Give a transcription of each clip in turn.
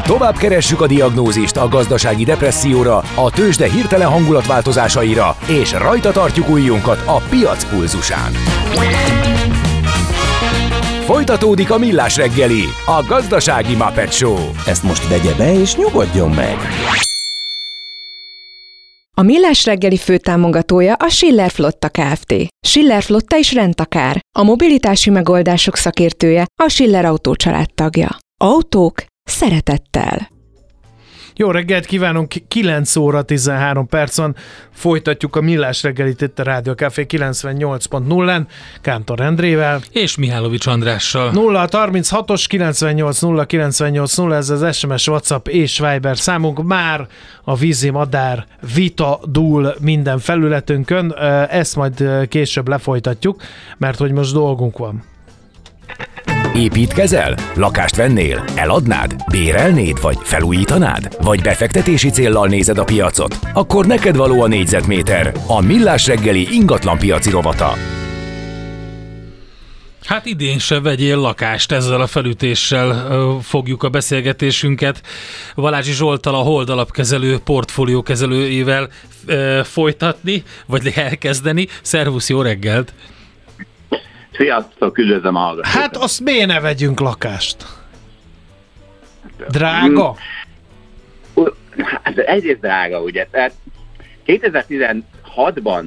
Tovább keressük a diagnózist a gazdasági depresszióra, a tőzsde hirtelen hangulatváltozásaira, és rajta tartjuk ujjunkat a piac pulzusán. Folytatódik a Millás reggeli, a gazdasági Muppet Show. Ezt most vegye be és nyugodjon meg! A Millás reggeli főtámogatója a Schiller Flotta Kft. Schiller Flotta is rendtakár. A mobilitási megoldások szakértője, a Schiller Autó család tagja. Autók szeretettel. Jó reggelt kívánunk, 9 óra 13 percon folytatjuk a Millás reggelit itt a Rádió Café 98.0-en Kántor Endrével. És Mihálovics Andrással. 0-36-os 98-0-98-0, ez az SMS, WhatsApp és Viber számunk. Már a vízimadár vita dúl minden felületünkön, ezt majd később lefolytatjuk, mert hogy most dolgunk van. Építkezel? Lakást vennél? Eladnád? Bérelnéd? Vagy felújítanád? Vagy befektetési céllal nézed a piacot? Akkor neked való a négyzetméter, a Millás reggeli ingatlanpiaci rovata. Hát idén se vegyél lakást, ezzel a felütéssel fogjuk a beszélgetésünket Balázsi Zsolttal, a Hold alapkezelő portfóliókezelőjével folytatni, vagy elkezdeni. Szervusz, jó reggelt! Sziasztok, üdvözlöm a hallgatókat. Hát azt miért ne vegyünk lakást? Drága? Hát egyrészt drága, ugye? Tehát 2016-ban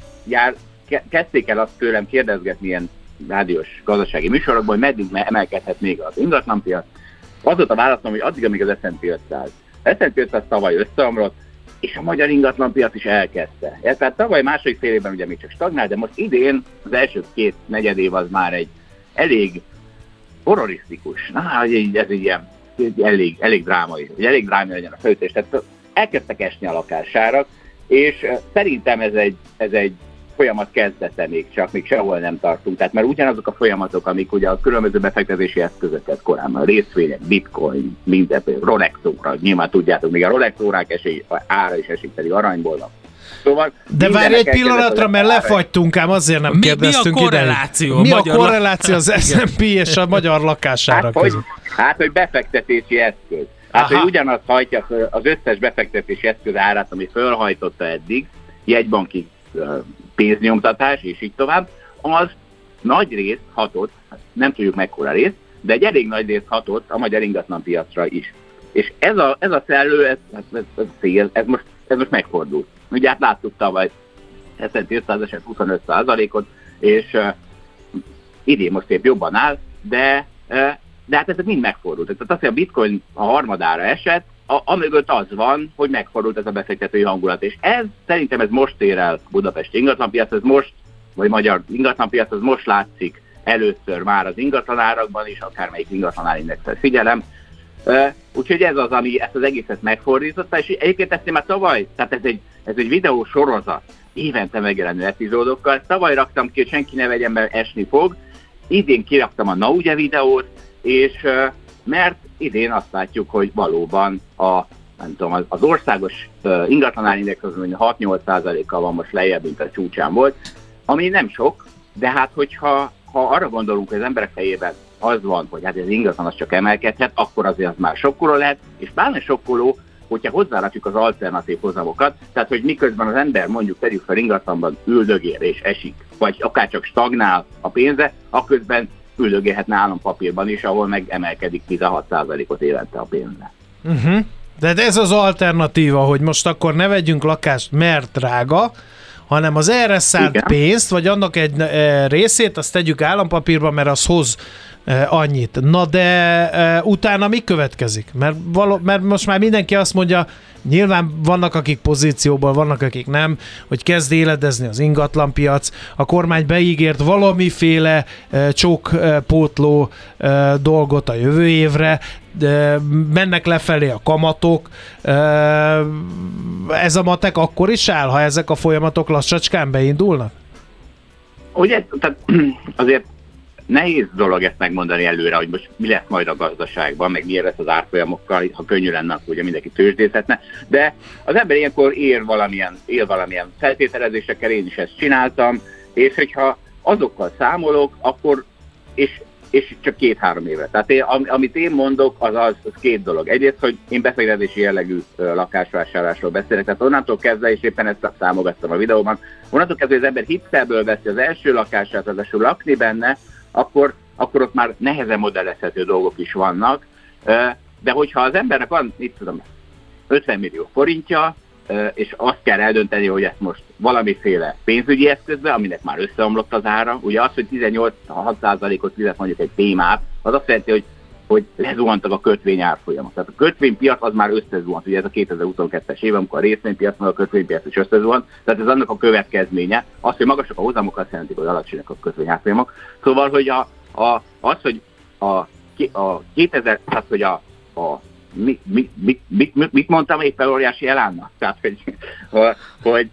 kezdték el azt tőlem kérdezgetni ilyen rádiós gazdasági műsorokban, hogy meddig emelkedhet még az ingatlanpiac. Az volt a válaszom, hogy addig, amíg az S&P 500. S&P 500 tavaly összeomlott, és a magyar ingatlanpiac is elkezdte. Tehát tavaly második fél évben ugye még csak stagnál, de most idén az első két negyedév az már egy elég horrorisztikus. Ez ilyen elég drámai, hogy elég drámai legyen a felütés. Tehát elkezdtek esni a lakásárak, és szerintem ez egy folyamat kezdete még sehol nem tartunk. Tehát már ugyanazok a folyamatok, amik ugye a különböző befektetési eszközöket korábban, részvények, bitcoin, minden, Rolex óra, nyilván tudjátok, még a Rolex órák ára is esik, pedig aranyból van. Szóval de várj egy pillanatra, mert lefagytunk ám, azért nem kérdeztünk ide. Mi a korreláció? Mi a korreláció az S&P és a magyar lakásárak között? Hát, hogy befektetési eszköz. Hát, hogy ugyanazt hajtja az összes befektetési eszköz árát, ami fölhajtotta eddig, jegybanki pénznyomtatás, és így tovább, az nagy részt hatott, nem tudjuk mekkora részt, de egy elég nagy részt hatott a magyar ingatlanpiacra is. És ez a szellő, ez most megfordult. Ugye hát láttuk tavaly S&P 500 eset 25%-ot, és idén most szép jobban áll, de hát ez mind megfordult. Tehát az, hogy a bitcoin a harmadára esett, amögött az van, hogy megfordult ez a befektetői hangulat. És szerintem most ér el Budapesti ingatlanpiac, vagy magyar ingatlanpiac, ez most látszik először már az ingatlanárakban is, akármelyik ingatlanárindexet figyelem. Úgyhogy ez az, ami ezt az egészet megfordította, és egyébként ezt én már tavaly, tehát ez egy videó sorozat, évente megjelenő epizódokkal. Tavaly raktam ki, hogy senki ne vegyen, mert esni fog. Idén kiraktam a Nauge videót, és mert idén azt látjuk, hogy valóban az országos ingatlanárindex az 6-8%-kal van most lejjebb, mint a csúcsán volt, ami nem sok, de hát hogyha arra gondolunk, hogy az emberek fejében az van, hogy hát ez ingatlan az csak emelkedhet, akkor azért az már sokkoló lehet, és pláne sokkoló, hogyha hozzárakjuk az alternatív hozamokat, tehát hogy miközben az ember mondjuk tegyük fel ingatlanban üldögél és esik, vagy akár csak stagnál a pénze, akközben üldögélhetne állampapírban is, ahol meg emelkedik 16%-ot évente a pénzre. De ez az alternatíva, hogy most akkor ne vegyünk lakást, mert drága, hanem az erre szánt pénzt, vagy annak egy részét, azt tegyük állampapírba, mert az hoz annyit. Na de utána mi következik? Mert most már mindenki azt mondja, nyilván vannak, akik pozícióból, vannak, akik nem, hogy kezd éledezni az ingatlanpiac, a kormány beígért valamiféle csókpótló dolgot a jövő évre, mennek lefelé a kamatok. Ez a matek akkor is áll, ha ezek a folyamatok lassacskán beindulnak? Ugye, tehát azért nehéz dolog ezt megmondani előre, hogy most mi lesz majd a gazdaságban, meg mi lesz az árfolyamokkal, ha könnyű lenne, akkor ugye mindenki tőzsdézhetne, de az ember ilyenkor él valamilyen feltételezésekkel, én is ezt csináltam, és hogyha azokkal számolok, akkor, és és csak 2-3 éve. Tehát amit én mondok, az két dolog. Egyrészt, hogy én befektetési jellegű lakásvásárlásról beszélek, tehát onnantól kezdve, és éppen ezt számogattam a videóban, onnantól kezdve, hogy az ember hitelből veszi az első lakását, az lakni benne, akkor ott már nehezen modellezhető dolgok is vannak, de hogyha az embernek van, 50 millió forintja, és azt kell eldönteni, hogy ezt most valamiféle pénzügyi eszközbe, aminek már összeomlott az ára, ugye az, hogy 18-6%-ot fizet mondjuk egy témát, az azt jelenti, hogy lezuhantak a kötvény árfolyamok. Tehát a kötvénypiac az már összezuhant, ugye ez a 2022-es év, amikor a részvénypiac, a kötvénypiac is összezuhant, tehát ez annak a következménye. Az, hogy magasak a hozamok, azt jelenti, hogy alacsonyak a kötvény árfolyamok. Szóval, hogy az, hogy a 2000, tehát, hogy mit mondtam éppen óriási elánnak? Tehát, hogy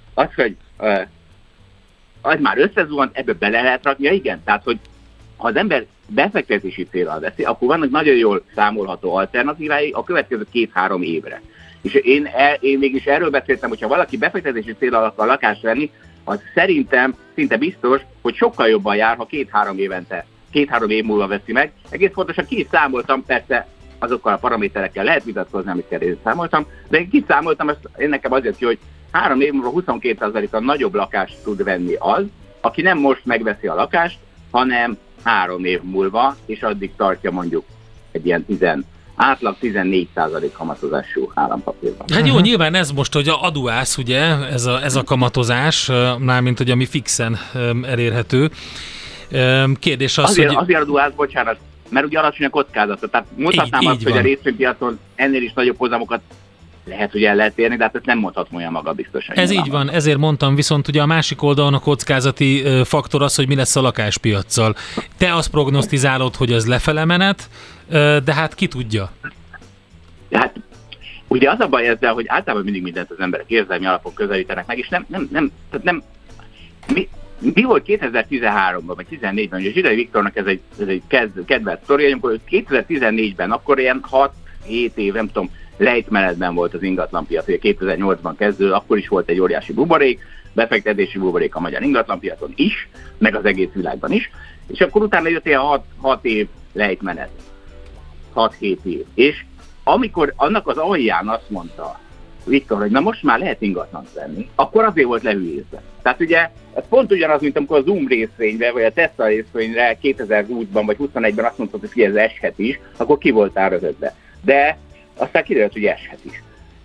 az már összezuhant, ebbe bele lehet rakni, ja igen, tehát, hogy ha az ember befektetési célral veszi, akkor vannak nagyon jól számolható alternatívái a következő 2-3 évre. És én mégis erről beszéltem, hogyha valaki befektetési célral akar lakást venni, az szerintem szinte biztos, hogy sokkal jobban jár, ha 2-3 év múlva veszi meg. Egész pontosan ki is számoltam, persze azokkal a paraméterekkel lehet vitatkozni, amikkel én számoltam, de én kiszámoltam, én nekem azért ki, hogy 3 év múlva 22%-kal nagyobb lakást tud venni az, aki nem most megveszi a lakást, hanem 3 év múlva, és addig tartja mondjuk egy ilyen átlag 14% kamatozású állampapírban. Hát jó, nyilván ez most, hogy a aduász, ugye, ez a kamatozás, mármint, hogy ami fixen elérhető. Kérdés az, azért aduász, bocsánat, mert ugye alacsony a kockázata. Tehát mondhatnám azt, hogy a részvénypiacon ennél is nagyobb hozamokat lehet, hogy el lehet érni, de hát ezt nem mondhatom olyan maga biztosan. Ez így van, ezért mondtam, viszont ugye a másik oldalon a kockázati faktor az, hogy mi lesz a lakáspiaccal. Te azt prognosztizálod, hogy ez lefele menet, de hát ki tudja? Hát ugye az a baj ezzel, hogy általában mindig mindent az emberek érzelmi alapon közelítenek meg, és nem mi volt 2013-ban, vagy 2014-ben, ugye Zsidai Viktornak ez egy kedvelt sztori, amikor 2014-ben, akkor ilyen 6-7 év, nem tudom, lejtmenetben volt az ingatlanpiac, ugye 2008-ban kezdő, akkor is volt egy óriási buborék, befektetési buborék a magyar ingatlanpiacon is, meg az egész világban is, és akkor utána jött ilyen 6 év lejtmenet, 6-7 év, és amikor annak az alján azt mondta Viktor, hogy na most már lehet ingatlant venni, akkor azért volt lehülyézve. Tehát ugye ez pont ugyanaz, mint amikor a Zoom részvényre, vagy a Tesla részvényre 2020-ban vagy 2021-ben azt mondtad, hogy ez eshet is, akkor ki voltál röhögve. De aztán kiderült, hogy eshet is.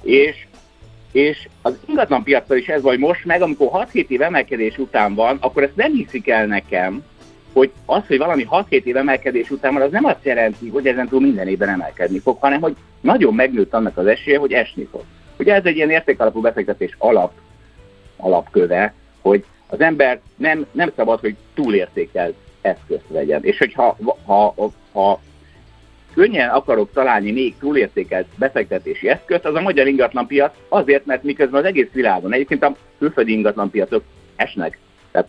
És az ingatlanpiacon is ez vagy most meg, amikor 6-7 év emelkedés után van, akkor ezt nem hiszik el nekem, hogy az, hogy valami 6-7 év emelkedés után van, az nem azt jelenti, hogy ezentúl minden évben emelkedni fog, hanem hogy nagyon megnőtt annak az esélye, hogy esni fog. Ugye ez egy ilyen értékalapú befektetés alapköve, hogy az ember nem szabad, hogy túlértékelt eszközt vegyen. És hogyha ha könnyen akarok találni még túlértékelt befektetési eszközt, az a magyar ingatlanpiac azért, mert miközben az egész világon, egyébként a külföldi ingatlanpiacok esnek. Tehát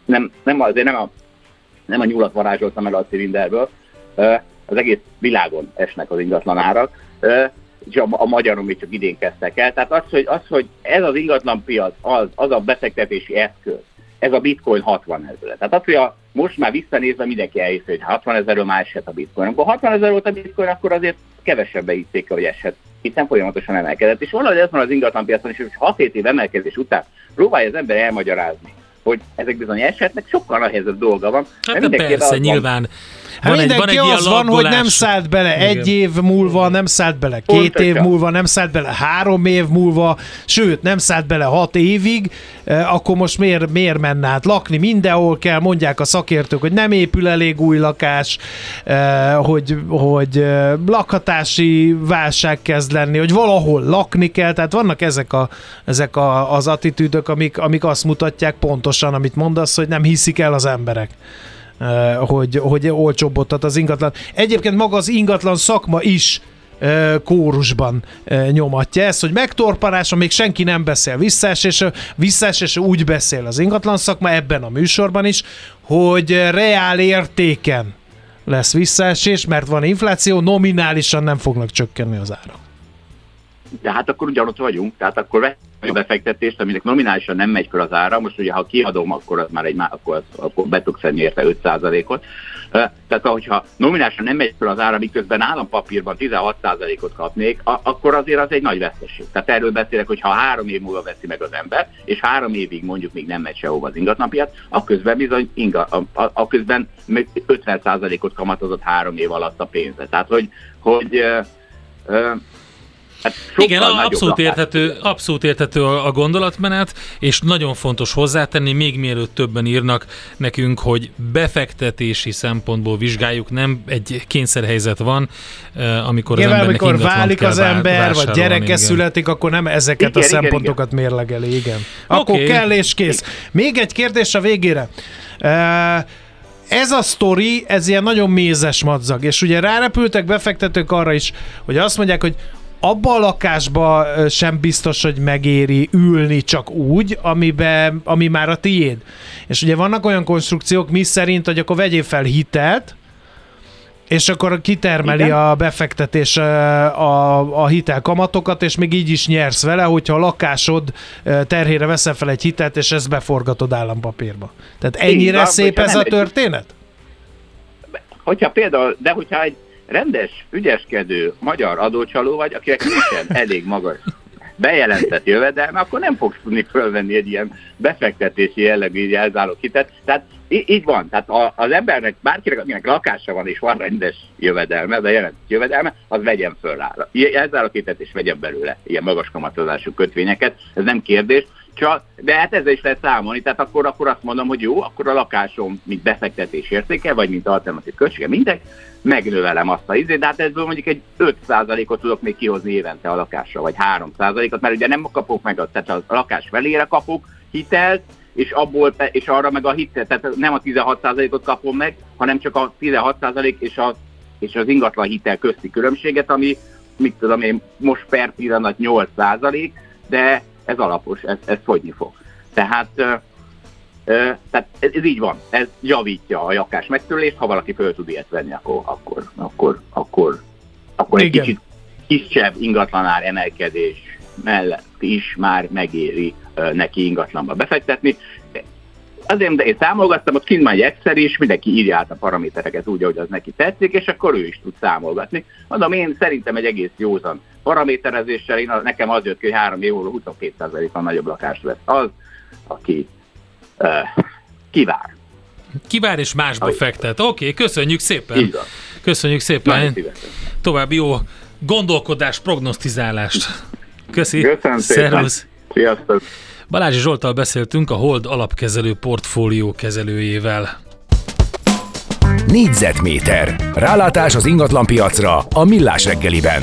nem a nyulat varázsoltam el a cilinderből, az egész világon esnek az ingatlanárak, és a magyaron még csak idén kezdtek el. Tehát az, hogy ez az ingatlanpiac, az a befektetési eszköz, ez a bitcoin 60 000. Tehát az, hogy most már visszanézve mindenki elhiszi, hogy 60 000-ről már eshet a bitcoin. Amikor 60 000 volt a bitcoin, akkor azért kevesebben hitték, hogy eshet, hiszen folyamatosan emelkedett. És valahogy ez van az ingatlanpiacon, és 6-7 év emelkedés után próbálja az ember elmagyarázni, hogy ezek bizony eshetnek, sokkal nehezebb dolga van. Hát persze, nyilván. Mindenki az van, hogy nem szállt bele egy év múlva, nem szállt bele 2 év múlva, nem szállt bele 3 év múlva, sőt, nem szállt bele 6 évig, akkor most miért menne át lakni? Mindenhol kell, mondják a szakértők, hogy nem épül elég új lakás, hogy lakhatási válság kezd lenni, hogy valahol lakni kell, tehát vannak ezek az attitűdök, amik azt mutatják pontosan, amit mondasz, hogy nem hiszik el az emberek. Hogy olcsóbb ott az ingatlan. Egyébként maga az ingatlan szakma is kórusban nyomatja ezt, hogy megtorpanásra még senki nem beszél visszaesésre úgy beszél az ingatlan szakma ebben a műsorban is, hogy reál értéken lesz visszaesés, mert van infláció, nominálisan nem fognak csökkenni az árak. De hát akkor ugyanott vagyunk, tehát akkor a befektetést, aminek nominálisan nem megy fel az ára, most ugye ha kiadom, akkor az már akkor be tudok szedni érte 5%-ot. Tehát hogyha nominálisan nem megy fel az ára, miközben állampapírban 16%-ot kapnék, akkor azért az egy nagy veszteség. Tehát erről beszélek, hogy ha 3 év múlva veszi meg az ember, és 3 évig mondjuk még nem megy sehova az ingatlanpiac, akközben bizony akközben 50%-ot kamatozott 3 év alatt a pénze. Tehát, hogy hát igen, abszolút érthető a gondolatmenet, és nagyon fontos hozzátenni, még mielőtt többen írnak nekünk, hogy befektetési szempontból vizsgáljuk, nem egy kényszerhelyzet van, amikor nyilván, az embernek amikor válik az ember, vagy gyereke születik, akkor nem ezeket a szempontokat mérlegeli, igen. Akkor kell és kész. Még egy kérdés a végére. Ez a sztori, ez ilyen nagyon mézes madzag, és ugye rárepültek befektetők arra is, hogy azt mondják, hogy abba a lakásba sem biztos, hogy megéri ülni csak úgy, ami már a tiéd. És ugye vannak olyan konstrukciók, mi szerint, hogy akkor vegyél fel hitelt, és akkor kitermeli igen. a befektetés a hitelkamatokat, és még így is nyersz vele, hogyha a lakásod terhére veszel fel egy hitelt, és ezt beforgatod állampapírba. Tehát ennyire igen, szép ez a történet? Hogyha egy rendes, ügyeskedő magyar adócsaló vagy, akinek nincsen elég magas bejelentett jövedelme, akkor nem fogsz tudni fölvenni egy ilyen befektetési jellegű elzálók hitet. Tehát így van. Tehát az embernek, bárkinek, akinek lakása van és van rendes jövedelme, bejelentett jövedelme, az vegyen föl rá. Elzálók hitet és vegyen belőle ilyen magas kamatozású kötvényeket. Ez nem kérdés. De hát ezzel is lehet számolni, tehát akkor azt mondom, hogy jó, akkor a lakásom, mint befektetés értéke, vagy mint alternatív költsége, mindegy, megnövelem azt a izét, de hát ebből mondjuk egy 5%-ot tudok még kihozni évente a lakásra, vagy 3%-ot, mert ugye nem kapok meg, tehát a lakás felére kapok hitelt, és arra meg a hitel, tehát nem a 16%-ot kapom meg, hanem csak a 16% és az ingatlan hitel közti különbséget, ami, mit tudom én, most per pillanat 8%, de ez alapos, ez fogyni fog. Tehát ez így van, ez javítja a lakás megtörlést, ha valaki föl tud ilyet venni, akkor egy kicsit kisebb ingatlanár emelkedés mellett is már megéri neki ingatlanba befektetni. Azért, de én számolgattam, ott kint van egy Excel is, mindenki írja át a paramétereket úgy, ahogy az neki tetszik, és akkor ő is tud számolgatni. Mondom, én szerintem egy egész józan paraméterezéssel, nekem az jött ki, hogy 3 év óra 22%-on nagyobb lakást vesz az, aki kivár. Kivár és másba fektet. Oké, köszönjük szépen. Köszönjük szépen. További jó gondolkodás, prognosztizálást. Köszönöm szépen. Sziasztok. Balázsi Zsolttal beszéltünk, a Hold alapkezelő portfólió kezelőjével. Négyzetméter. Rálátás az ingatlanpiacra a Millás reggeliben.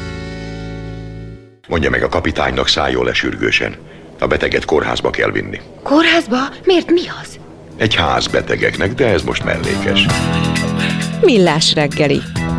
Mondja meg a kapitánynak, szálljon le sürgősen. A beteget kórházba kell vinni. Kórházba? Miért, mi az? Egy ház betegeknek, de ez most mellékes. Millás reggeli.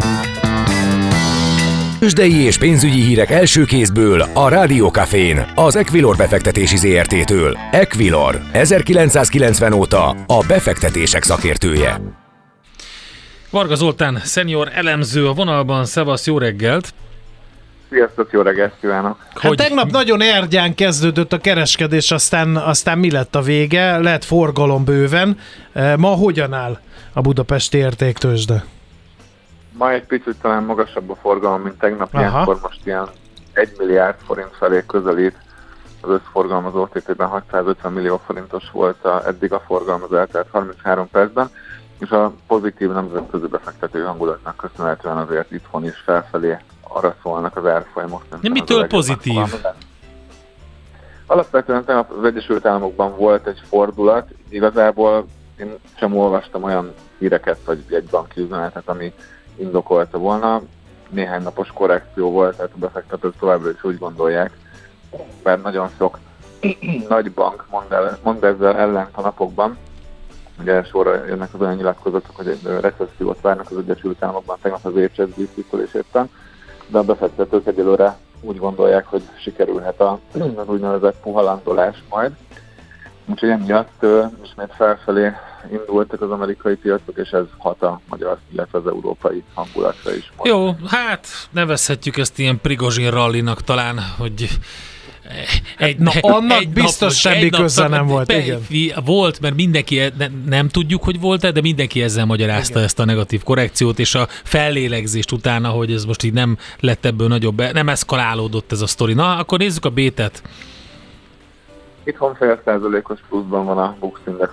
Tőzsdei és pénzügyi hírek első kézből a Rádió Cafén, az Equilor befektetési ZRT-től. Equilor, 1990 óta a befektetések szakértője. Varga Zoltán, szenior elemző a vonalban. Szevasz, jó reggelt! Sziasztok, jó reggelt kívánok! Hát tegnap nagyon ergyán kezdődött a kereskedés, aztán mi lett a vége? Lett forgalom bőven. Ma hogyan áll a budapesti értéktőzsde? Ma egy picit talán magasabb a forgalom, mint tegnap, ilyenkor most ilyen 1 milliárd forint felé közelít. Az összforgalom az OTP-ben 650 millió forintos volt eddig a forgalom az eltelt 33 percben, és a pozitív nemzetközi befektető hangulatnak köszönhetően azért itthon is felfelé arra szólnak az árfolyamok. Mitől pozitív? Alapvetően tegnap az Egyesült Államokban volt egy fordulat, igazából én sem olvastam olyan híreket, vagy egy banki üzenetet, ami indokolta volna. Néhány napos korrekció volt, tehát a befektetők továbbra is úgy gondolják, bár nagyon sok nagy bank mond ezzel ellent a napokban. Ugye sorra jönnek az olyan nyilatkozatok, hogy egy recessziót várnak az Egyesült Államokban, tegnap az HSBC-től is éppen, de a befektetők egyelőre úgy gondolják, hogy sikerülhet az úgynevezett puhalandolás majd. Úgyhogy emiatt ismét felfelé indultak az amerikai piacok, és ez hat a magyar, illetve az európai hangulatra is. Jó, hát nevezhetjük ezt ilyen Prigozsin rallinak talán, hogy Annak biztos semmi köze nem volt. Igen. Volt, mert mindenki, nem tudjuk, hogy volt-e, de mindenki ezzel magyarázta ezt a negatív korrekciót, és a fellélegzést utána, hogy ez most így nem lett ebből nagyobb, nem eszkalálódott ez a sztori. Na, akkor nézzük a B-t. Itthon fél százalékos pluszban van a Bux Index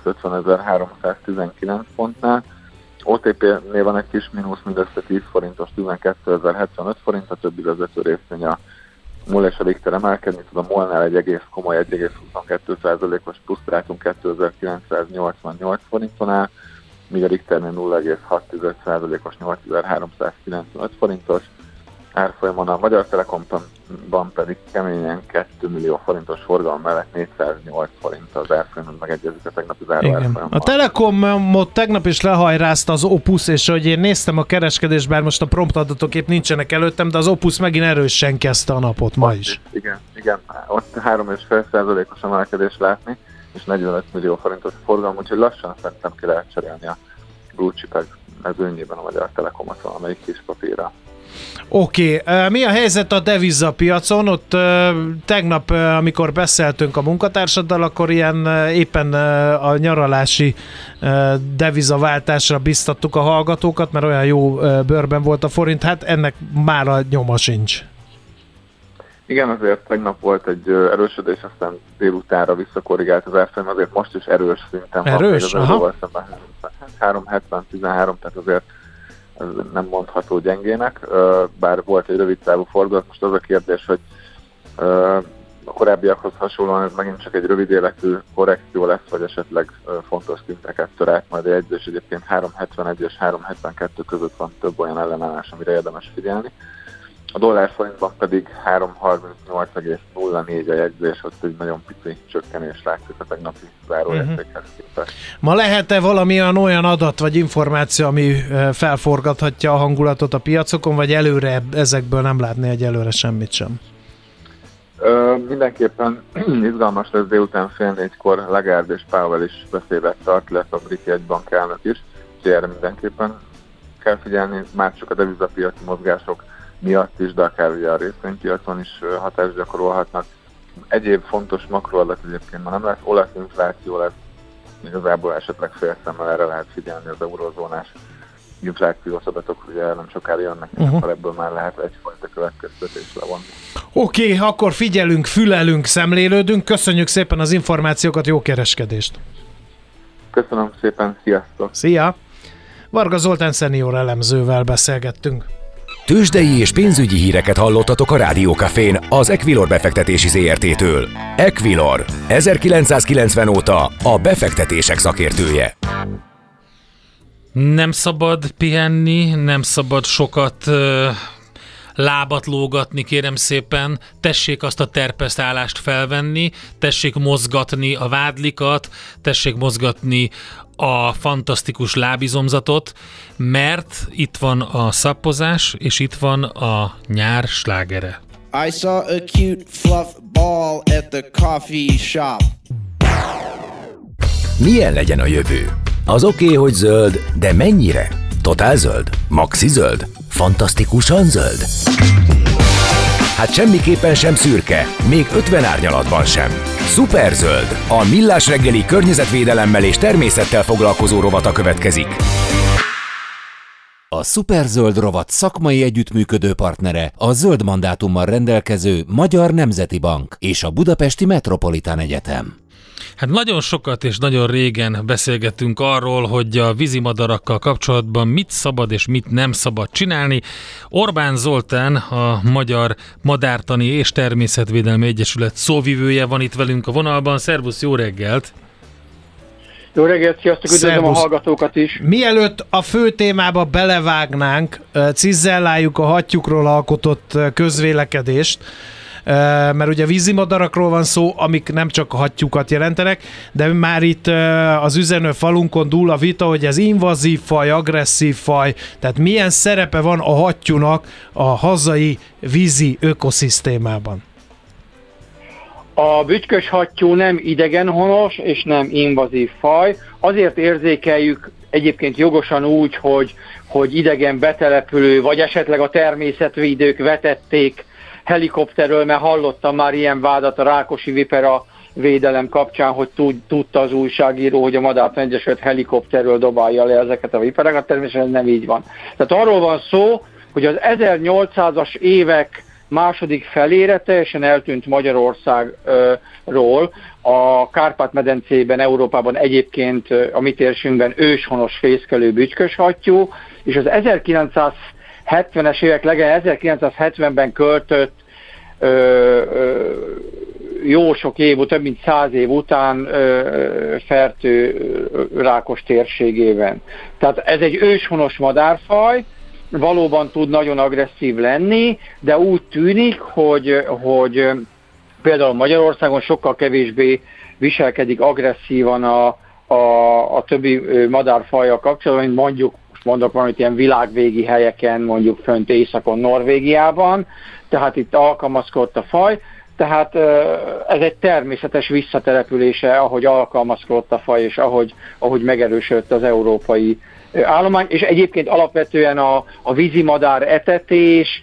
50.319 pontnál. OTP-nél van egy kis mínusz, mindössze 10 forintos, 12.075 forint, a többi vezető részvény a MOL és a Richter emelkedni tud, a MOL-nál egy egész komoly 1,22%-os pluszt látunk 2.988 forinton áll, míg a Richternél 0,6%-os 8.395 forintos. Árfolyamon a Magyar Telekomban pedig keményen 2 millió forintos forgalom mellett 408 forint az árfolyamon, megegyezik a tegnapi záróárfolyammal. A Telekomot tegnap is lehajrázta az Opus, és hogy én néztem a kereskedést, bár most a prompt adatok épp nincsenek előttem, de az Opus megint erősen kezdte a napot ma is. Igen, ott 3,5%-os emelkedést látni, és 45 millió forintos forgalom, úgyhogy lassan szerintem ki lehet cserélni a blue chipek mezőnyében a Magyar Telekomot valamelyik kis papírra. Oké. Mi a helyzet a devizapiacon? Ott tegnap, amikor beszéltünk a munkatársaddal, akkor ilyen éppen a nyaralási devizaváltásra biztattuk a hallgatókat, mert olyan jó bőrben volt a forint, hát ennek már a nyoma sincs. Igen, azért tegnap volt egy erősödés, aztán délutánra visszakorrigált az árfolyam, azért most is erős szinten erős? van. Erős? Aha. 3,70-13, tehát azért ez nem mondható gyengének, bár volt egy rövid távú fordulat. Most az a kérdés, hogy a korábbiakhoz hasonlóan ez megint csak egy rövid életű korrekció lesz, vagy esetleg fontos szinteket tör át majd a jegyzés. Egyébként 3,71 és 3,72 között van több olyan ellenállás, amire érdemes figyelni. A dollárforintban pedig 338,04 a jegyzés, ott egy nagyon pici csökkenés látjuk a tegnapi záróértékhez képest. Ma lehet-e valamilyen olyan adat vagy információ, ami felforgathatja a hangulatot a piacokon, vagy előre ezekből nem látni egyelőre semmit sem? Mindenképpen izgalmas lesz délután 3:30 Lagarde és Powell is beszédet tart, illetve a brit jegybank elnök is, úgyhogy erre mindenképpen kell figyelni, már csak a devizapiaci mozgások miatt is, de akár ugye a részvénypiacon is hatást gyakorolhatnak. Egyéb fontos makroadat egyébként ma nem lesz, olasz infláció lesz, igazából esetleg fél szemmel erre lehet figyelni, az eurozónás inflációs adatok ugye nem sokára jönnek, és akkor ebből már lehet egyfajta következtetés levonni. Oké, akkor figyelünk, fülelünk, szemlélődünk, köszönjük szépen az információkat, jó kereskedést! Köszönöm szépen, sziasztok! Szia! Varga Zoltán szenior elemzővel beszélgettünk. Tőzsdei és pénzügyi híreket hallottatok a Rádió Cafén az Equilor befektetési ZRT-től. Equilor, 1990 óta a befektetések szakértője. Nem szabad pihenni, nem szabad sokat lábat lógatni, kérem szépen, tessék azt a terpesztállást felvenni, tessék mozgatni a vádlikat, tessék mozgatni a fantasztikus lábizomzatot, mert itt van a szappozás, és itt van a nyár slágere. I saw a cute fluff ball at the coffee shop. Milyen legyen a jövő? Az oké, hogy zöld, de mennyire? Totál zöld? Maxi zöld? Fantasztikusan zöld? Hát semmiképpen sem szürke, még 50 árnyalatban sem. Szuperzöld, a Millás reggeli környezetvédelemmel és természettel foglalkozó rovata következik. A Szuperzöld rovat szakmai együttműködő partnere a zöld mandátummal rendelkező Magyar Nemzeti Bank és a Budapesti Metropolitán Egyetem. Hát nagyon sokat és nagyon régen beszélgettünk arról, hogy a vízimadarakkal kapcsolatban mit szabad és mit nem szabad csinálni. Orbán Zoltán, a Magyar Madártani és Természetvédelmi Egyesület szóvivője van itt velünk a vonalban. Szervusz, jó reggelt! Jó reggelt, sziasztok, üdvözlöm a hallgatókat is! Mielőtt a fő témába belevágnánk, cizelláljuk a hattyúkról alkotott közvélekedést, mert ugye vízimadarakról van szó, amik nem csak a hattyúkat jelentenek, de már itt az üzenő falunkon dúl a vita, hogy ez invazív faj, agresszív faj, tehát milyen szerepe van a hattyúnak a hazai vízi ökoszisztémában? A bütykös hattyú nem idegenhonos és nem invazív faj, azért érzékeljük egyébként jogosan úgy, hogy idegen betelepülő, vagy esetleg a természetvédők vetették helikopterről, mert hallottam már ilyen vádat a Rákosi vipera védelem kapcsán, hogy tudta az újságíró, hogy a Madártani Egyesület helikopterről dobálja le ezeket a vipereket, természetesen nem így van. Tehát arról van szó, hogy az 1800-as évek második felére teljesen eltűnt Magyarországról a Kárpát-medencében, Európában egyébként a mi térségünkben őshonos fészkelő bütyköshattyú, és az 1970-es évek legyen 1970-ben költött jó sok év, több mint 100 év után Fertő Rákos térségében. Tehát ez egy őshonos madárfaj, valóban tud nagyon agresszív lenni, de úgy tűnik, hogy például Magyarországon sokkal kevésbé viselkedik agresszívan a többi madárfajjal kapcsolatban, mint mondok valamit ilyen világvégi helyeken, mondjuk fönt északon Norvégiában, tehát itt alkalmazkodott a faj, tehát ez egy természetes visszatelepülése, ahogy alkalmazkodott a faj, és ahogy megerősödött az európai állomány, és egyébként alapvetően a vízimadár etetés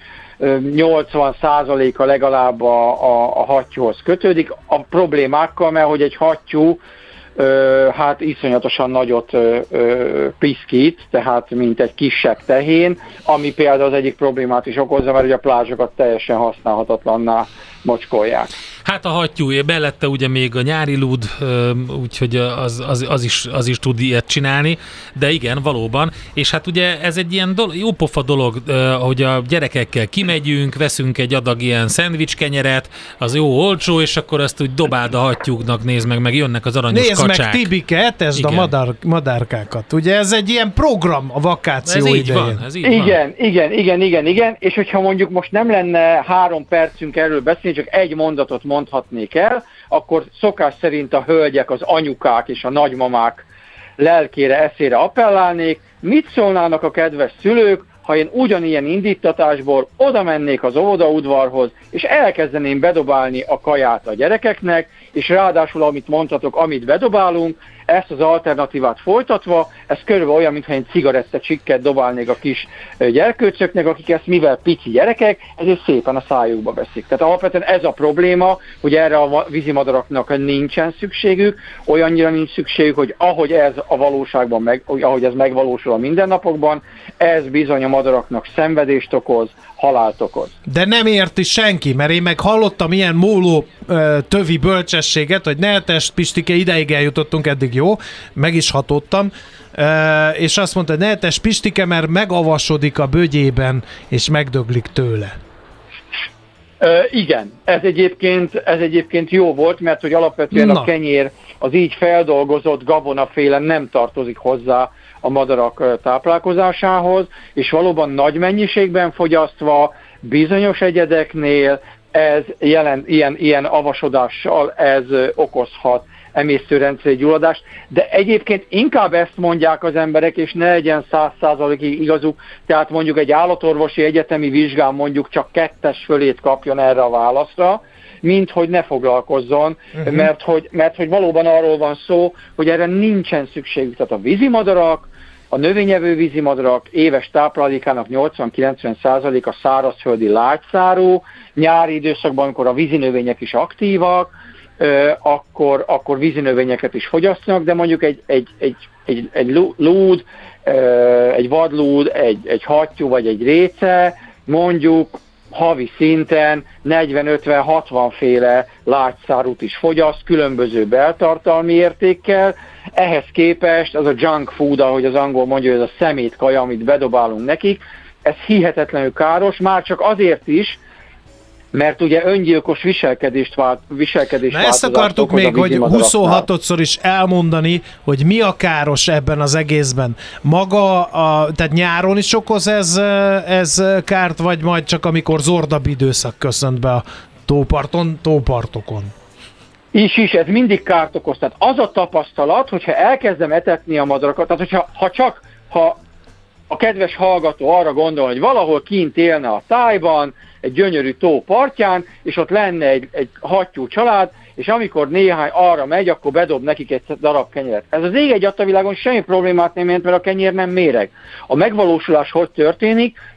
80%-a legalább a hattyúhoz kötődik, a problémákkal, mert hogy egy hattyú hát iszonyatosan nagyot piszkít, tehát mint egy kisebb tehén, ami például az egyik problémát is okozza, mert ugye a plázsokat teljesen használhatatlanná mocskolják. Hát a hattyú, mellette ugye még a nyári lúd, úgyhogy az is tud ilyet csinálni, de igen, valóban. És hát ugye ez egy ilyen jópofa dolog, hogy a gyerekekkel kimegyünk, veszünk egy adag ilyen szendvicskenyeret, az jó olcsó, és akkor azt úgy dobáld a hattyúknak, nézd meg jönnek az aranyos kacsák. Nézd meg, Tibike, etesd a madárkákat. Ugye ez egy ilyen program a vakáció idején. Ez így van. Igen. És hogyha mondjuk most nem lenne 3 percünk erről beszélni, csak egy mondatot mondhatnék el, akkor szokás szerint a hölgyek, az anyukák és a nagymamák lelkére, eszére appellálnék, mit szólnának a kedves szülők, ha én ugyanilyen indítatásból oda mennék az óvodaudvarhoz, és elkezdeném bedobálni a kaját a gyerekeknek, és ráadásul, amit mondhatok, amit bedobálunk, ezt az alternatívát folytatva, ez körülbelül olyan, mintha én cigarettacsikket dobálnék a kis gyerkőcöknek, akik ezt mivel pici gyerekek, ezért szépen a szájukba veszik. Tehát alapvetően ez a probléma, hogy erre a vízimadaraknak nincsen szükségük, olyannyira nincs szükségük, hogy ahogy ez a valóságban, ahogy ez megvalósul a mindennapokban, ez bizony a madaraknak szenvedést okoz, halált okoz. De nem érti senki, mert én meg hallottam ilyen móló tövi bölcsességet, hogy ne etest, Pistike, ideig eljutottunk, eddig jó, meg is hatottam, és azt mondta, hogy ne etest, Pistike, mert megavasodik a bögyében, és megdöglik tőle. Igen, ez egyébként jó volt, mert hogy alapvetően a kenyér az így feldolgozott gabonaféle nem tartozik hozzá a madarak táplálkozásához, és valóban nagy mennyiségben fogyasztva, bizonyos egyedeknél ez ilyen avasodással ez okozhat emésztőrendszeri gyulladást, de egyébként inkább ezt mondják az emberek, és ne legyen 100%-ig igazuk, tehát mondjuk egy állatorvosi egyetemi vizsgán mondjuk csak 2-es fölét kapjon erre a válaszra, mint hogy ne foglalkozzon, mert hogy valóban arról van szó, hogy erre nincsen szükségük. Tehát a vízimadarak, a növényevő vízimadarak éves táplálékának 80-90% a szárazföldi lágyszárú, nyári időszakban, amikor a vízinövények is aktívak, akkor vízinövényeket is fogyasztanak, de mondjuk egy lúd, egy vadlúd, egy hattyú vagy egy réce mondjuk havi szinten 40-50-60 féle lágyszárút is fogyaszt, különböző beltartalmi értékkel. Ehhez képest az a junk food, ahogy az angol mondja, ez a szemétkaja, amit bedobálunk nekik, ez hihetetlenül káros, már csak azért is, mert ugye öngyilkos viselkedést ezt akartuk még, hogy 26-szor is elmondani, hogy mi a káros ebben az egészben. Maga, tehát nyáron is okoz ez kárt, vagy majd csak amikor zordabb időszak köszönt be a tópartokon? Ez mindig kárt okoz. Tehát az a tapasztalat, hogyha elkezdem etetni a madarakat, tehát ha a kedves hallgató arra gondol, hogy valahol kint élne a tájban, egy gyönyörű tó partján, és ott lenne egy hattyú család, és amikor néhány arra megy, akkor bedob nekik egy darab kenyeret. Ez az ég egy adta világon semmi problémát nem jelent, mert a kenyér nem méreg. A megvalósulás hogy történik?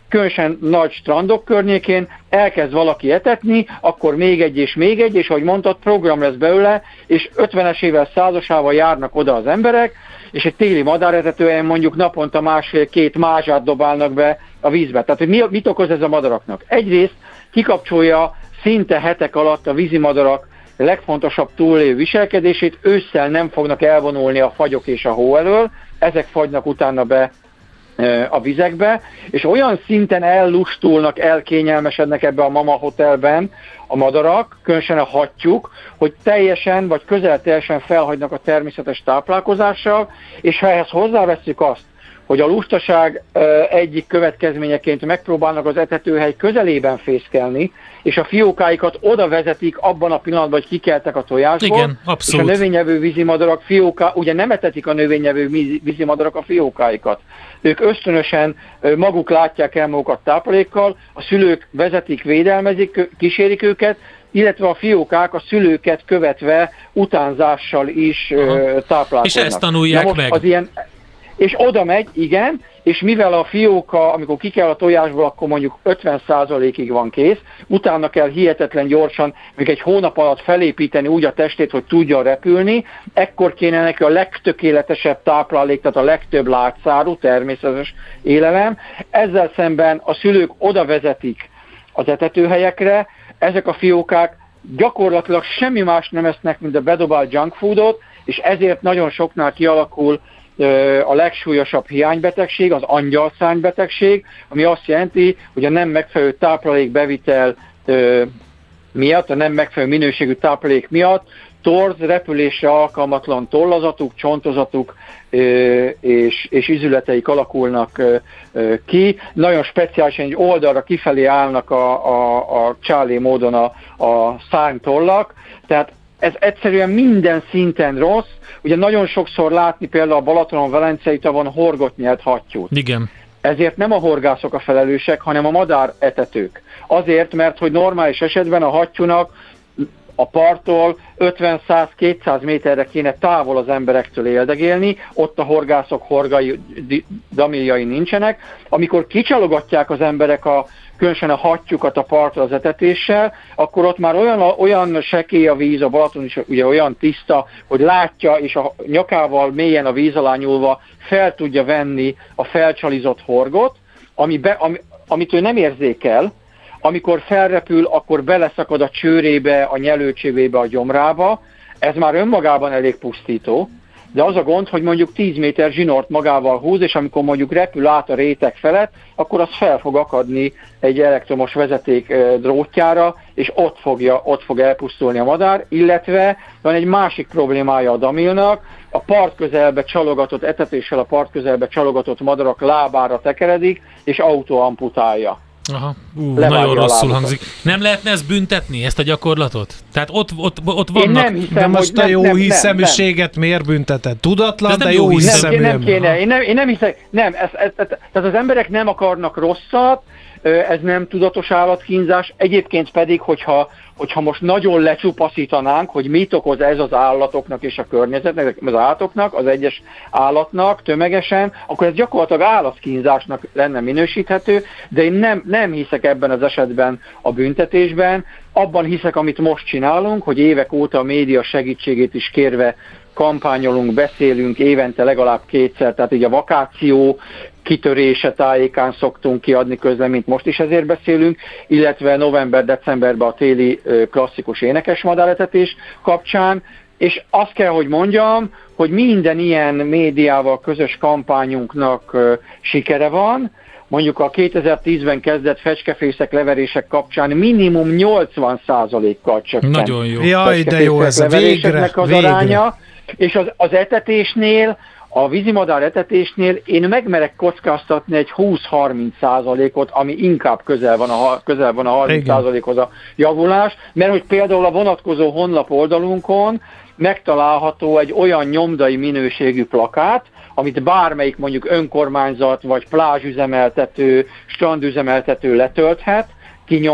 különösen nagy strandok környékén elkezd valaki etetni, akkor még egy, és ahogy mondtad, program lesz belőle, és 50-es évvel, 100-asával járnak oda az emberek, és egy téli madáretetően mondjuk naponta 1,5-2 mázsát dobálnak be a vízbe. Tehát, hogy mit okoz ez a madaraknak? Egyrészt kikapcsolja szinte hetek alatt a vízimadarak legfontosabb túlélő viselkedését, ősszel nem fognak elvonulni a fagyok és a hó elől, ezek fagynak utána be a vizekbe, és olyan szinten ellustulnak, elkényelmesednek ebbe a mama hotelben a madarak, különösen a hattyúk, hogy teljesen vagy közel teljesen felhagynak a természetes táplálkozással, és ha ehhez hozzáveszünk azt, hogy a lustaság egyik következményeként megpróbálnak az etetőhely közelében fészkelni, és a fiókáikat oda vezetik abban a pillanatban, hogy kikeltek a tojásból. Igen, abszolút. És a növényevő vízimadarak ugye nem etetik a növényevő vízimadarak a fiókáikat. Ők ösztönösen maguk látják el magukat táplálékkal, a szülők vezetik, védelmezik, kísérik őket, illetve a fiókák a szülőket követve utánzással is táplálkoznak. És ezt tanulják meg. És oda megy, igen, és mivel a fióka, amikor ki kell a tojásból, akkor mondjuk 50%-ig van kész, utána kell hihetetlen gyorsan, még egy hónap alatt felépíteni úgy a testét, hogy tudjon repülni, ekkor kéne neki a legtökéletesebb táplálék, tehát a legtöbb látszárú, természetes élelem. Ezzel szemben a szülők oda vezetik az etetőhelyekre, ezek a fiókák gyakorlatilag semmi más nem esznek, mint a bedobált junk foodot, és ezért nagyon soknál kialakul a legsúlyosabb hiánybetegség, az angyalszárnybetegség, ami azt jelenti, hogy a nem megfelelő táplálékbevitel miatt, a nem megfelelő minőségű táplálék miatt torz, repülésre alkalmatlan tollazatuk, csontozatuk és izületeik alakulnak ki. Nagyon speciálisan egy oldalra kifelé állnak a csálé módon a szárnytollak, tehát ez egyszerűen minden szinten rossz. Ugye nagyon sokszor látni például a Balatonon-Velencei tavon horgot nyelt hattyút. Igen. Ezért nem a horgászok a felelősek, hanem a madáretetők. Azért, mert hogy normális esetben a hattyúnak a parttól 50-100-200 méterre kéne távol az emberektől éldegélni, ott a horgászok horgai, damiljai nincsenek. Amikor kicsalogatják az emberek különösen a hattyúkat a partra az etetéssel, akkor ott már olyan sekély a víz, a Balaton is ugye olyan tiszta, hogy látja, és a nyakával mélyen a víz alá nyúlva fel tudja venni a felcsalizott horgot, amit ő nem érzékel. Amikor felrepül, akkor beleszakad a csőrébe, a nyelőcsévébe, a gyomrába. Ez már önmagában elég pusztító, de az a gond, hogy mondjuk 10 méter zsinort magával húz, és amikor mondjuk repül át a réteg felett, akkor az fel fog akadni egy elektromos vezeték drótjára, és ott fog elpusztulni a madár, illetve van egy másik problémája a damilnak, a part közelbe csalogatott, etetéssel a part közelbe csalogatott madarak lábára tekeredik, és autó amputálja. Aha, nagyon rosszul hangzik. Nem lehetne ezt büntetni, ezt a gyakorlatot? Tehát ott vannak... De most a jó hiszeműséget miért bünteted? Tudatlan, de jó hiszemű. Nem kéne, én nem hiszek, tehát az emberek nem akarnak rosszat, ez nem tudatos állatkínzás, egyébként pedig, hogyha most nagyon lecsupaszítanánk, hogy mit okoz ez az állatoknak és a környezetnek, az állatoknak, az egyes állatnak tömegesen, akkor ez gyakorlatilag állatkínzásnak lenne minősíthető, de én nem hiszek ebben az esetben a büntetésben, abban hiszek, amit most csinálunk, hogy évek óta a média segítségét is kérve kampányolunk, beszélünk évente legalább 2-szer, tehát így a vakáció kitörése tájékán szoktunk kiadni közleményt, most is ezért beszélünk, illetve november-decemberben a téli klasszikus énekesmadáretetés kapcsán, és azt kell, hogy mondjam, hogy minden ilyen médiával közös kampányunknak sikere van. Mondjuk a 2010-ben kezdett fecskefészek leverések kapcsán minimum 80%-kal csökkent. Nagyon jó. Jaj, de jó ez, végre. Aránya, és az etetésnél, a vízimadár etetésnél én megmerek kockáztatni egy 20-30%-ot, ami inkább közel van a 30%-hoz a javulás, mert hogy például a vonatkozó honlap oldalunkon megtalálható egy olyan nyomdai minőségű plakát, amit bármelyik mondjuk önkormányzat, vagy plázsüzemeltető, strandüzemeltető letölthet,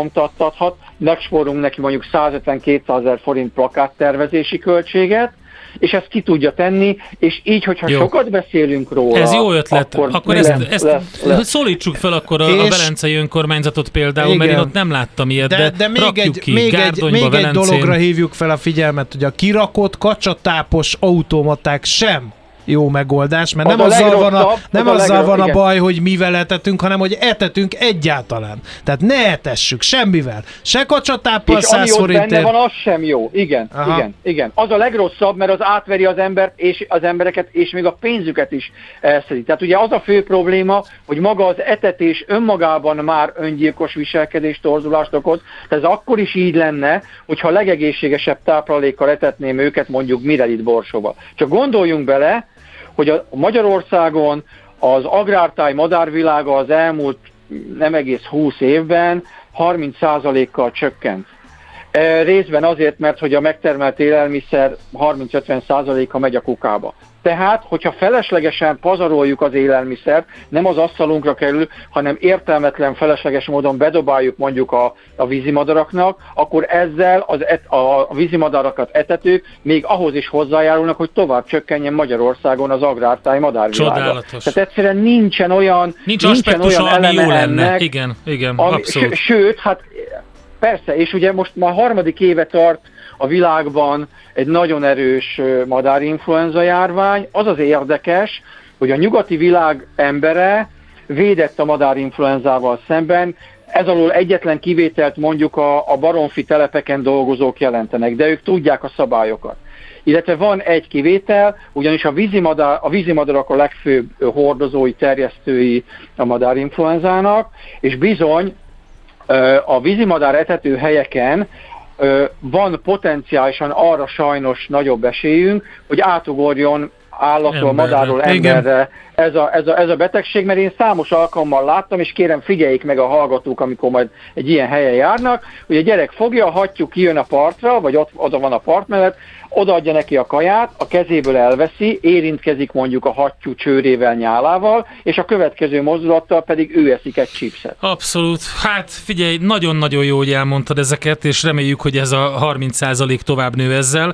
kinyomtathat, megspórolunk neki mondjuk 150-200 000 forint plakáttervezési költséget, és ezt ki tudja tenni, és így, hogyha sokat beszélünk róla... Ez jó ötlet. Akkor ezt szólítsuk fel akkor a Velencei önkormányzatot például, mert én ott nem láttam ilyet, de rakjuk ki Gárdonyba, még egy dologra hívjuk fel a figyelmet, hogy a kirakott kacsatápos automaták sem jó megoldás, mert nem azzal van a baj, hogy mivel etetünk, hanem hogy etetünk egyáltalán. Tehát ne etessük semmivel. Se kacsatáppal 100 forintért. És ami ott benne van, az sem jó. Igen. Az a legrosszabb, mert az átveri az embert és az embereket, és még a pénzüket is elszedi. Tehát ugye az a fő probléma, hogy maga az etetés önmagában már öngyilkos viselkedés, torzulást okoz. Tehát ez akkor is így lenne, hogyha a legegészségesebb táplálékkal etetném őket, mondjuk Mirelit Borsóba. Csak gondoljunk bele, hogy a Magyarországon az agrártáj madárvilága az elmúlt nem egész 20 évben 30%-kal csökkent. Részben azért, mert hogy a megtermelt élelmiszer 30-50%-a megy a kukába. Tehát, hogyha feleslegesen pazaroljuk az élelmiszert, nem az asztalunkra kerül, hanem értelmetlen, felesleges módon bedobáljuk mondjuk a vízimadaraknak, akkor ezzel a vízimadarakat etetők még ahhoz is hozzájárulnak, hogy tovább csökkenjen Magyarországon az agrártáj madárvilága. Csodálatos. Tehát egyszerűen nincsen olyan eleme ennek. Igen, abszolút. Sőt, hát persze, és ugye most már 3. éve tart a világban egy nagyon erős madárinfluenza járvány. Az az érdekes, hogy a nyugati világ embere védett a madárinfluenzával szemben. Ez alól egyetlen kivételt mondjuk a baromfi telepeken dolgozók jelentenek, de ők tudják a szabályokat. Illetve van egy kivétel, ugyanis a vízimadarak a legfőbb hordozói, terjesztői a madárinfluenzának, és bizony a vízimadár etető helyeken van potenciálisan arra sajnos nagyobb esélyünk, hogy átugorjon állatról, madárról emberre ez a betegség, mert én számos alkalommal láttam, és kérem figyeljék meg a hallgatók, amikor majd egy ilyen helyen járnak, hogy a gyerek fogja, a hattyú kijön a partra, vagy oda van a part mellett, odaadja neki a kaját, a kezéből elveszi, érintkezik mondjuk a hattyú csőrével, nyálával, és a következő mozdulattal pedig ő eszik egy chipset. Abszolút. Hát figyelj, nagyon-nagyon jó, hogy elmondtad ezeket, és reméljük, hogy ez a 30% tovább nő ezzel.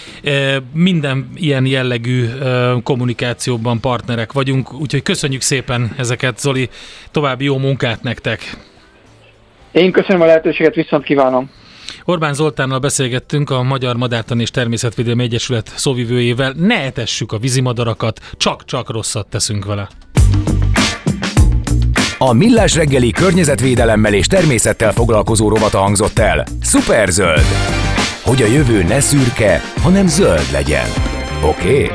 Minden ilyen jellegű kommunikációban partnerek vagyunk, úgyhogy köszönjük szépen ezeket, Zoli, további jó munkát nektek. Én köszönöm a lehetőséget, viszont kívánom. Orbán Zoltánnal beszélgettünk, a Magyar Madártani és Természetvédelmi Egyesület szóvivőjével. Ne etessük a vízimadarakat, csak rosszat teszünk vele. A Millás reggeli környezetvédelemmel és természettel foglalkozó rovata hangzott el. Szuperzöld! Hogy a jövő ne szürke, hanem zöld legyen. Oké?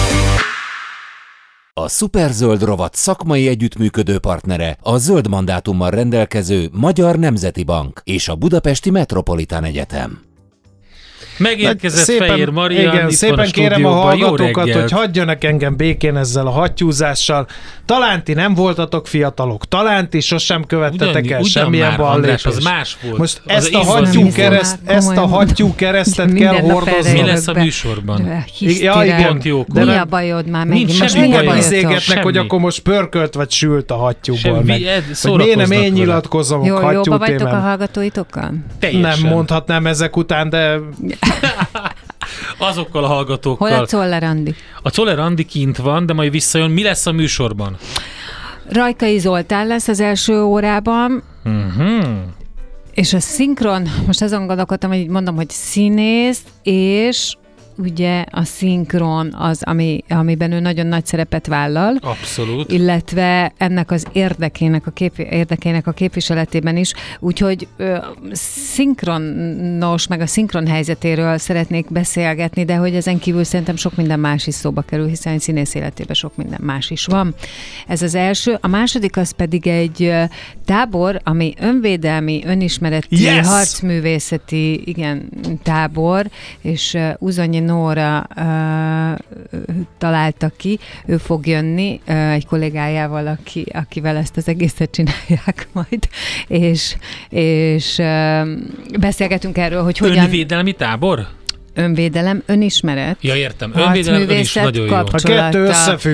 A Szuperzöld rovat szakmai együttműködő partnere a zöld mandátummal rendelkező Magyar Nemzeti Bank és a Budapesti Metropolitán Egyetem. Megérkezett Fejér Marian, igen, szépen kérem a hallgatókat, hogy hagyjanak engem békén ezzel a hattyúzással. Talán ti nem voltatok fiatalok, talán ti sosem követtetek el semmilyen ballépést. Az más volt. Most ezt a hattyú keresztet kell hordozni. Mi lesz a műsorban? Ja, igen. Mi a bajod már megint? Nincs most mindjárt izégetnek, hogy akkor most pörkölt vagy sült a hattyúból. Hogy miért nem én nyilatkozom a hattyú jóba vagytok a hallgatóitokkal? Nem mondhatnám ezek után, de... Azokkal a hallgatókkal. Hol a Czoller Andi? A Czoller Andi kint van, de majd visszajön. Mi lesz a műsorban? Rajkai Zoltán lesz az első órában. És a szinkron, most azon gondolkodtam, hogy mondom, hogy színész, és ugye a szinkron az, amiben ő nagyon nagy szerepet vállal. Abszolút. Illetve ennek az érdekének a képviseletében is. Úgyhogy szinkronos, meg a szinkron helyzetéről szeretnék beszélgetni, de hogy ezen kívül szerintem sok minden más is szóba kerül, hiszen egy színész életében sok minden más is van. Ez az első. A második az pedig egy tábor, ami önvédelmi, önismereti, harcművészeti tábor, és Uzonyi Nóra találta ki, ő fog jönni egy kollégájával, akivel ezt az egészet csinálják majd, és beszélgetünk erről, hogy hogyan... Önvédelmi tábor? Önvédelem, önismeret. Ja, értem. Önvédelem, ön is nagyon jó. A kettő összefügg.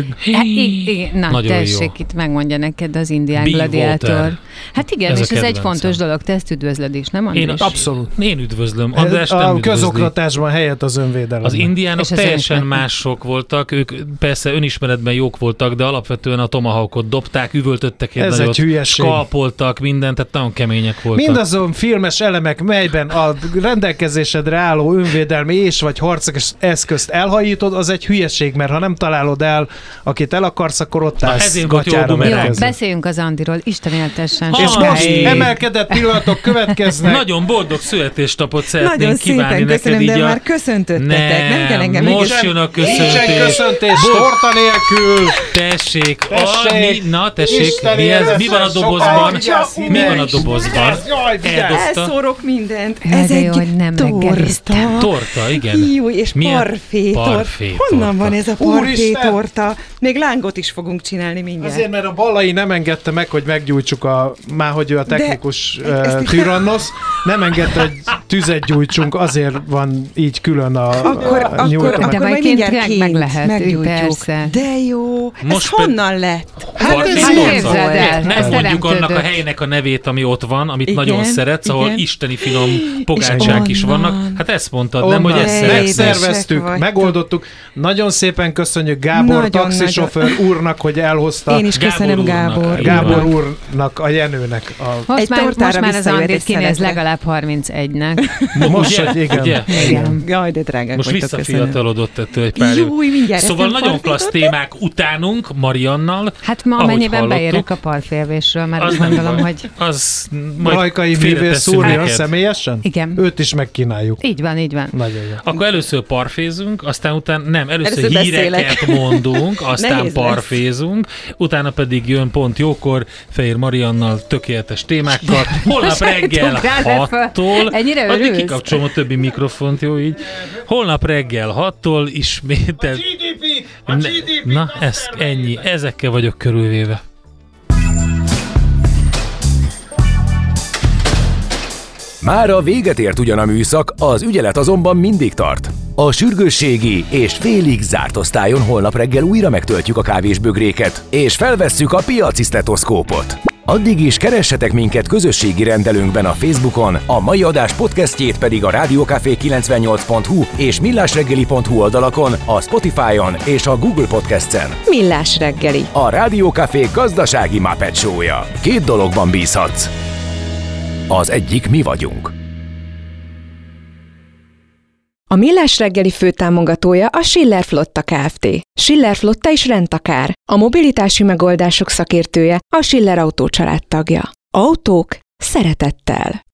Na, nagyon tessék, jó. itt megmondja neked az indián Be gladiátor. water. Hát igen, Ez és a ez egy kedvencem. fontos dolog. Te ezt üdvözlöd is, nem András? Abszolút. Én üdvözlöm. András nem A üdvözli. közoktatásban helyett az önvédelem. Az indiánok És az teljesen önismeret. mások voltak, ők persze önismeretben jók voltak, de alapvetően a tomahawkot dobták, üvöltöttek egy Ez nagyot, egy hülyeség. skalpoltak mindent, tehát nagyon kemények voltak. Mindazon filmes elemek, melyben a rendelkezésedre álló önvédelmi és vagy harcos eszközt elhajítod, az egy hülyeség, mert ha nem találod el, akit el akarsz, akkor ott állsz ezért volt jó gatyára bumerang. Jó, merkezve. beszéljünk az Andiról. Isten éltessen. És sokáig. most emelkedett pillanatok következnek. Nagyon boldog születésnapot Nagyon szeretnénk kívánni szépen neked köszönöm, így de a... már köszöntöttetek. Nem kell engem most jön a Nincsen köszöntés. köszöntés, torta nélkül. Tessék, Tessék. na tessék, Isten mi ez? élvezzen Mi van a sokat. dobozban? Vigyázz Mi ide. van a dobozban? Jaj, vigyázz. Eldobta. Elszórok mindent. Jaj, Ez de jó, egy hogy nem reggeliztem. Torta, igen. Jó, és Milyen parfé parfé Honnan torta? van ez a parfé Úristen! torta? Még lángot is fogunk csinálni mindjárt. Azért, mert a Ballai nem engedte meg, hogy meggyújtsuk már hogy ő a technikus ezt- Tyrannosz, nem engedte, hogy tüzet gyújtsunk, azért van így külön a nyújtomány. De majd majd mindjárt mindjárt meg lehet, meggyújtjuk. persze. De jó. Most Ez honnan lett? Parfé ez torta. képzeld el, Nem ez mondjuk annak a teremtődött. helynek a nevét, ami ott van, amit Igen, nagyon szeretsz, ahol igen. isteni finom pogácsák is onnan. vannak. Hát ezt mondtad, nem, hogy Onnan. ezt Édesek szeretsz. Megszerveztük, vagytok. megoldottuk. Nagyon szépen köszönjük Gábor Nagyon, taxisofőr úrnak, hogy elhozta. Én is köszönöm, Gábor. Gábor úrnak, a Jenőnek. Most Egy már, tortára most már az visszajöhet, Andrit és kinéz szeretlek. legalább 31-nek. Most, hogy igen. Ugye? Igen. Jaj, de drágák Most vagytok, köszönöm. visszafiatalodott ettől egy pár év. Jó, mindjárt Szóval ezt nem nagyon klassz fordítottam? témák utánunk Mariannal. Hát ma ahogy amennyiben hallottuk. beérek a parfélvésről, mert Az azt nem gondolom, baj. hogy Az majd Rajkai művész félretesszük úrja neked. személyesen? igen. Őt is megkínáljuk. Így van, így van. Nagyon jó. Akkor először parfézünk, aztán utána nem, először Először híreket beszélek. mondunk, aztán Nehéz lesz. parfézunk, utána pedig jön pont jókor Fehér Mariannal tökéletes témákkal. Holnap reggel Tudtál le föl. 6-tól, Ennyire addig örülsz? kikapcsolom a többi mikrofont, jó így. Holnap reggel 6-tól ismétel. Na, ez ennyi, ezekkel vagyok körülvéve. Mára véget ért ugyan a műszak, az ügyelet azonban mindig tart. A sürgősségi és félig zárt osztályon holnap reggel újra megtöltjük a kávésbögréket, és felvesszük a piaci sztetoszkópot. Addig is keressetek minket közösségi rendelőnkben a Facebookon, a mai adás podcastjét pedig a rádiókafé98.hu és millásreggeli.hu oldalakon, a Spotify-on és a Google Podcast-en. Millás reggeli. A Rádiókafé gazdasági Muppet Show-ja. 2 dologban bízhatsz. Az egyik mi vagyunk. A Millás reggeli főtámogatója a Schiller Flotta Kft. Schiller Flotta is rendtakár. A mobilitási megoldások szakértője, a Schiller Autó család tagja. Autók szeretettel.